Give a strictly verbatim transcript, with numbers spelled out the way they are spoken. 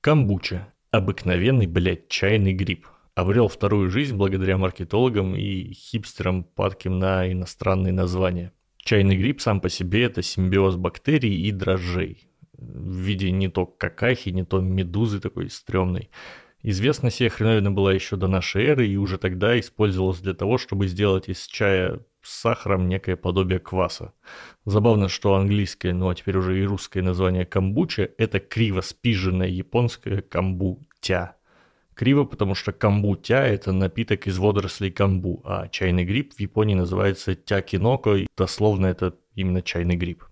Камбуча. Обыкновенный, блядь, чайный гриб. Обрел вторую жизнь благодаря маркетологам и хипстерам, падким на иностранные названия. Чайный гриб сам по себе – это симбиоз бактерий и дрожжей. В виде не то какахи, не то медузы такой стрёмной. Известна сия хреновина была еще до нашей эры и уже тогда использовалась для того, чтобы сделать из чая с сахаром некое подобие кваса. Забавно, что английское, ну а теперь уже и русское название камбуча – это криво спиженное японское камбутя. Криво, потому что камбутя – это напиток из водорослей камбу, а чайный гриб в Японии называется тякиноко, и дословно это именно чайный гриб.